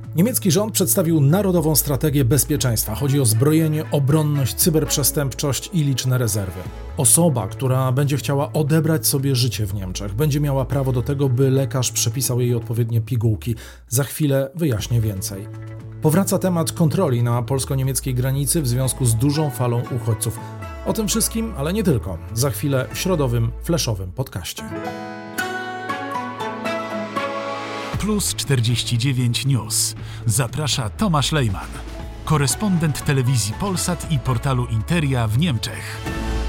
Niemiecki rząd przedstawił Narodową Strategię Bezpieczeństwa. Chodzi o zbrojenie, obronność, cyberprzestępczość i liczne rezerwy. Osoba, która będzie chciała odebrać sobie życie w Niemczech, będzie miała prawo do tego, by lekarz przepisał jej odpowiednie pigułki. Za chwilę wyjaśnię więcej. Powraca temat kontroli na polsko-niemieckiej granicy w związku z dużą falą uchodźców. O tym wszystkim, ale nie tylko. Za chwilę w środowym, flashowym podcaście. Plus 49 News. Zaprasza Tomasz Lejman, korespondent telewizji Polsat i portalu Interia w Niemczech.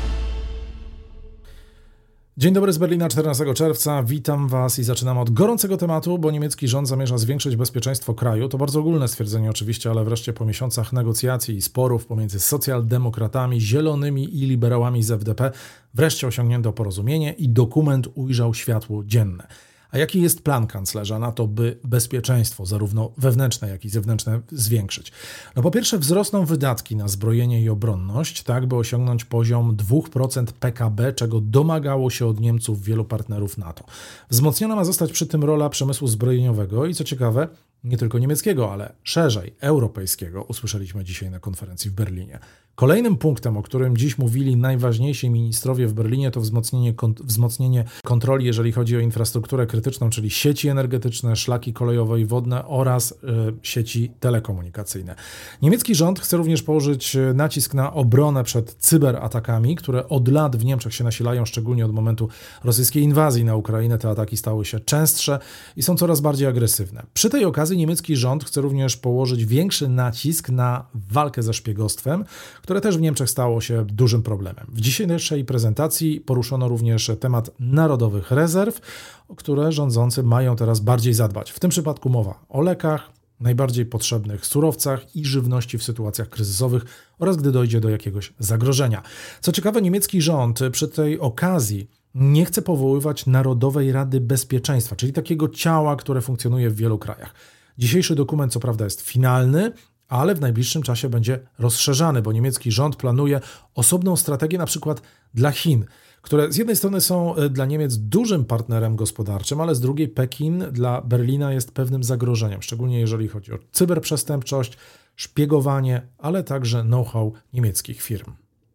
Dzień dobry z Berlina, 14 czerwca. Witam Was i zaczynam od gorącego tematu, bo niemiecki rząd zamierza zwiększyć bezpieczeństwo kraju. To bardzo ogólne stwierdzenie oczywiście, ale wreszcie po miesiącach negocjacji i sporów pomiędzy socjaldemokratami, zielonymi i liberałami z FDP wreszcie osiągnięto porozumienie i dokument ujrzał światło dzienne. A jaki jest plan kanclerza na to, by bezpieczeństwo, zarówno wewnętrzne, jak i zewnętrzne, zwiększyć? No po pierwsze wzrosną wydatki na zbrojenie i obronność, tak by osiągnąć poziom 2% PKB, czego domagało się od Niemców wielu partnerów NATO. Wzmocniona ma zostać przy tym rola przemysłu zbrojeniowego i co ciekawe, nie tylko niemieckiego, ale szerzej europejskiego, usłyszeliśmy dzisiaj na konferencji w Berlinie. Kolejnym punktem, o którym dziś mówili najważniejsi ministrowie w Berlinie, to wzmocnienie kontroli, jeżeli chodzi o infrastrukturę krytyczną, czyli sieci energetyczne, szlaki kolejowe i wodne oraz sieci telekomunikacyjne. Niemiecki rząd chce również położyć nacisk na obronę przed cyberatakami, które od lat w Niemczech się nasilają, szczególnie od momentu rosyjskiej inwazji na Ukrainę. Te ataki stały się częstsze i są coraz bardziej agresywne. Przy tej okazji niemiecki rząd chce również położyć większy nacisk na walkę ze szpiegostwem, które też w Niemczech stało się dużym problemem. W dzisiejszej prezentacji poruszono również temat narodowych rezerw, o które rządzący mają teraz bardziej zadbać. W tym przypadku mowa o lekach, najbardziej potrzebnych surowcach i żywności w sytuacjach kryzysowych oraz gdy dojdzie do jakiegoś zagrożenia. Co ciekawe, niemiecki rząd przy tej okazji nie chce powoływać Narodowej Rady Bezpieczeństwa, czyli takiego ciała, które funkcjonuje w wielu krajach. Dzisiejszy dokument co prawda jest finalny, ale w najbliższym czasie będzie rozszerzany, bo niemiecki rząd planuje osobną strategię na przykład dla Chin, które z jednej strony są dla Niemiec dużym partnerem gospodarczym, ale z drugiej Pekin dla Berlina jest pewnym zagrożeniem, szczególnie jeżeli chodzi o cyberprzestępczość, szpiegowanie, ale także know-how niemieckich firm.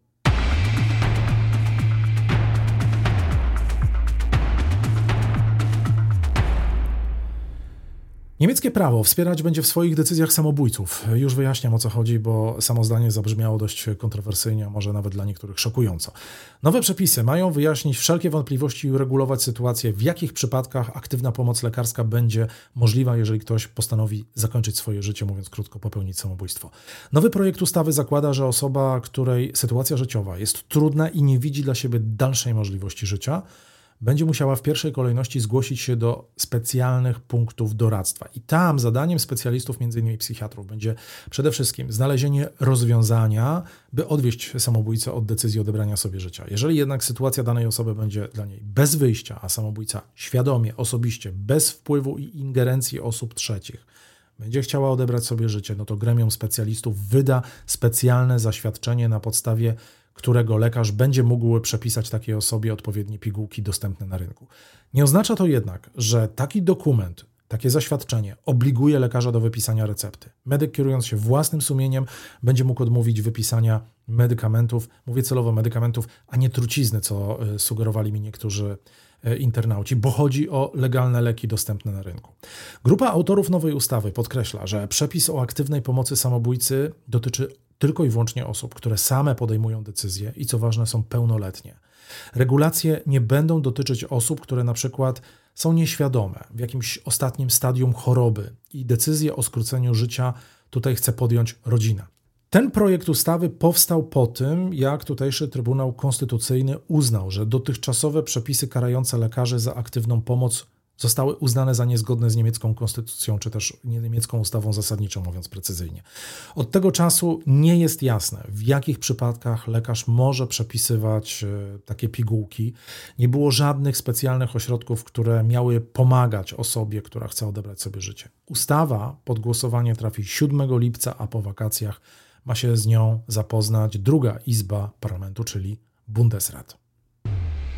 Niemieckie prawo wspierać będzie w swoich decyzjach samobójców. Już wyjaśniam, o co chodzi, bo samo zdanie zabrzmiało dość kontrowersyjnie, a może nawet dla niektórych szokująco. Nowe przepisy mają wyjaśnić wszelkie wątpliwości i uregulować sytuację, w jakich przypadkach aktywna pomoc lekarska będzie możliwa, jeżeli ktoś postanowi zakończyć swoje życie, mówiąc krótko, popełnić samobójstwo. Nowy projekt ustawy zakłada, że osoba, której sytuacja życiowa jest trudna i nie widzi dla siebie dalszej możliwości życia, będzie musiała w pierwszej kolejności zgłosić się do specjalnych punktów doradztwa. I tam zadaniem specjalistów, m.in. psychiatrów, będzie przede wszystkim znalezienie rozwiązania, by odwieść samobójcę od decyzji odebrania sobie życia. Jeżeli jednak sytuacja danej osoby będzie dla niej bez wyjścia, a samobójca świadomie, osobiście, bez wpływu i ingerencji osób trzecich, będzie chciała odebrać sobie życie, no to gremium specjalistów wyda specjalne zaświadczenie, na podstawie którego lekarz będzie mógł przepisać takiej osobie odpowiednie pigułki dostępne na rynku. Nie oznacza to jednak, że taki dokument, takie zaświadczenie obliguje lekarza do wypisania recepty. Medyk, kierując się własnym sumieniem, będzie mógł odmówić wypisania medykamentów, mówię celowo medykamentów, a nie trucizny, co sugerowali mi niektórzy internauci, bo chodzi o legalne leki dostępne na rynku. Grupa autorów nowej ustawy podkreśla, że przepis o aktywnej pomocy samobójcy dotyczy tylko i wyłącznie osób, które same podejmują decyzje i co ważne są pełnoletnie. Regulacje nie będą dotyczyć osób, które na przykład są nieświadome w jakimś ostatnim stadium choroby i decyzję o skróceniu życia tutaj chce podjąć rodzina. Ten projekt ustawy powstał po tym, jak tutejszy Trybunał Konstytucyjny uznał, że dotychczasowe przepisy karające lekarzy za aktywną pomoc zostały uznane za niezgodne z niemiecką konstytucją, czy też niemiecką ustawą zasadniczą, mówiąc precyzyjnie. Od tego czasu nie jest jasne, w jakich przypadkach lekarz może przepisywać takie pigułki. Nie było żadnych specjalnych ośrodków, które miały pomagać osobie, która chce odebrać sobie życie. Ustawa pod głosowanie trafi 7 lipca, a po wakacjach ma się z nią zapoznać druga izba parlamentu, czyli Bundesrat.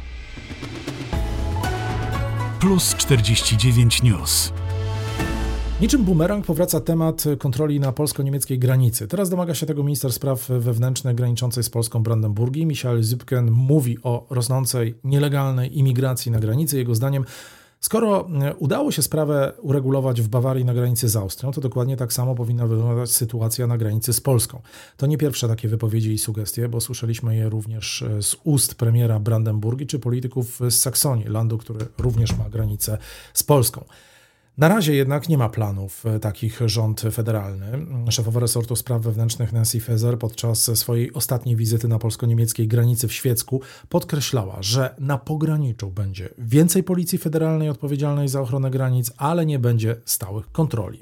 Plus 49 News. Niczym bumerang powraca temat kontroli na polsko-niemieckiej granicy. Teraz domaga się tego minister spraw wewnętrznych graniczącej z Polską Brandenburgii. Michael Zübken mówi o rosnącej nielegalnej imigracji na granicy. Jego zdaniem, skoro udało się sprawę uregulować w Bawarii na granicy z Austrią, to dokładnie tak samo powinna wyglądać sytuacja na granicy z Polską. To nie pierwsze takie wypowiedzi i sugestie, bo słyszeliśmy je również z ust premiera Brandenburgii czy polityków z Saksonii, landu, który również ma granicę z Polską. Na razie jednak nie ma planów takich rząd federalny. Szefowa resortu spraw wewnętrznych Nancy Faeser podczas swojej ostatniej wizyty na polsko-niemieckiej granicy w Świecku podkreślała, że na pograniczu będzie więcej policji federalnej odpowiedzialnej za ochronę granic, ale nie będzie stałych kontroli.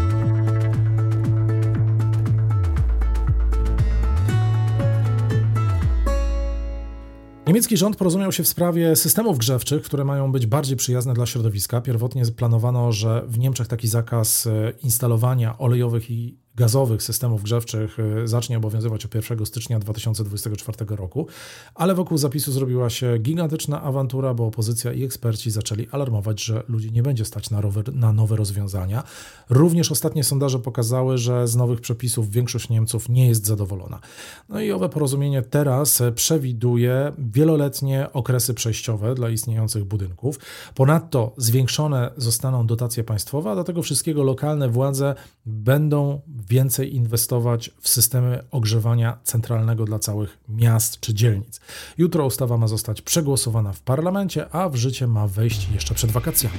Niemiecki rząd porozumiał się w sprawie systemów grzewczych, które mają być bardziej przyjazne dla środowiska. Pierwotnie planowano, że w Niemczech taki zakaz instalowania olejowych i gazowych systemów grzewczych zacznie obowiązywać od 1 stycznia 2024 roku, ale wokół zapisu zrobiła się gigantyczna awantura, bo opozycja i eksperci zaczęli alarmować, że ludzi nie będzie stać na nowe rozwiązania. Również ostatnie sondaże pokazały, że z nowych przepisów większość Niemców nie jest zadowolona. No i owe porozumienie teraz przewiduje wieloletnie okresy przejściowe dla istniejących budynków. Ponadto zwiększone zostaną dotacje państwowe, a do tego wszystkiego lokalne władze będą więcej inwestować w systemy ogrzewania centralnego dla całych miast czy dzielnic. Jutro ustawa ma zostać przegłosowana w parlamencie, a w życie ma wejść jeszcze przed wakacjami.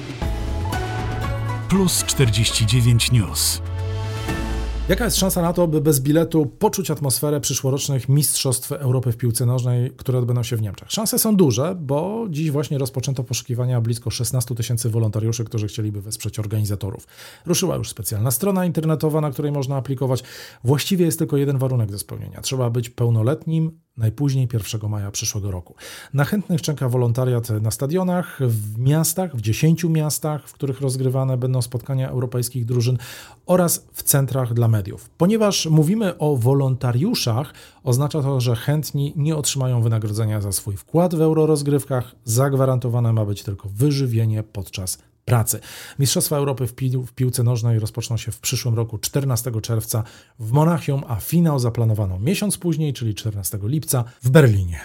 Plus 49 News. Jaka jest szansa na to, by bez biletu poczuć atmosferę przyszłorocznych Mistrzostw Europy w piłce nożnej, które odbędą się w Niemczech? Szanse są duże, bo dziś właśnie rozpoczęto poszukiwania blisko 16 000 wolontariuszy, którzy chcieliby wesprzeć organizatorów. Ruszyła już specjalna strona internetowa, na której można aplikować. Właściwie jest tylko jeden warunek do spełnienia. Trzeba być pełnoletnim najpóźniej 1 maja przyszłego roku. Na chętnych czeka wolontariat na stadionach, w miastach, w 10 miastach, w których rozgrywane będą spotkania europejskich drużyn oraz w centrach dla mediów. Ponieważ mówimy o wolontariuszach, oznacza to, że chętni nie otrzymają wynagrodzenia za swój wkład w eurorozgrywkach. Zagwarantowane ma być tylko wyżywienie podczas pracy. Mistrzostwa Europy w piłce nożnej rozpoczną się w przyszłym roku 14 czerwca w Monachium, a finał zaplanowano miesiąc później, czyli 14 lipca w Berlinie.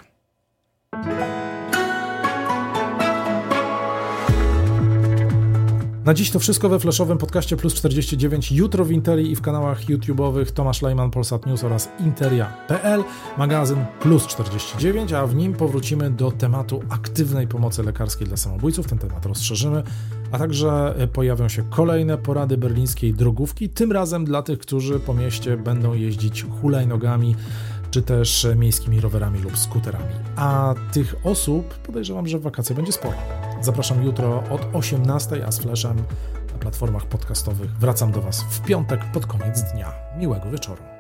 Na dziś to wszystko we flashowym podcaście Plus 49. Jutro w Interi i w kanałach YouTube'owych Tomasz Lejman, Polsat News oraz interia.pl, magazyn Plus 49, a w nim powrócimy do tematu aktywnej pomocy lekarskiej dla samobójców. Ten temat rozszerzymy, a także pojawią się kolejne porady berlińskiej drogówki, tym razem dla tych, którzy po mieście będą jeździć hulajnogami czy też miejskimi rowerami lub skuterami. A tych osób podejrzewam, że w wakacje będzie sporo. Zapraszam jutro od 18:00, a z Flashem na platformach podcastowych wracam do Was w piątek pod koniec dnia. Miłego wieczoru.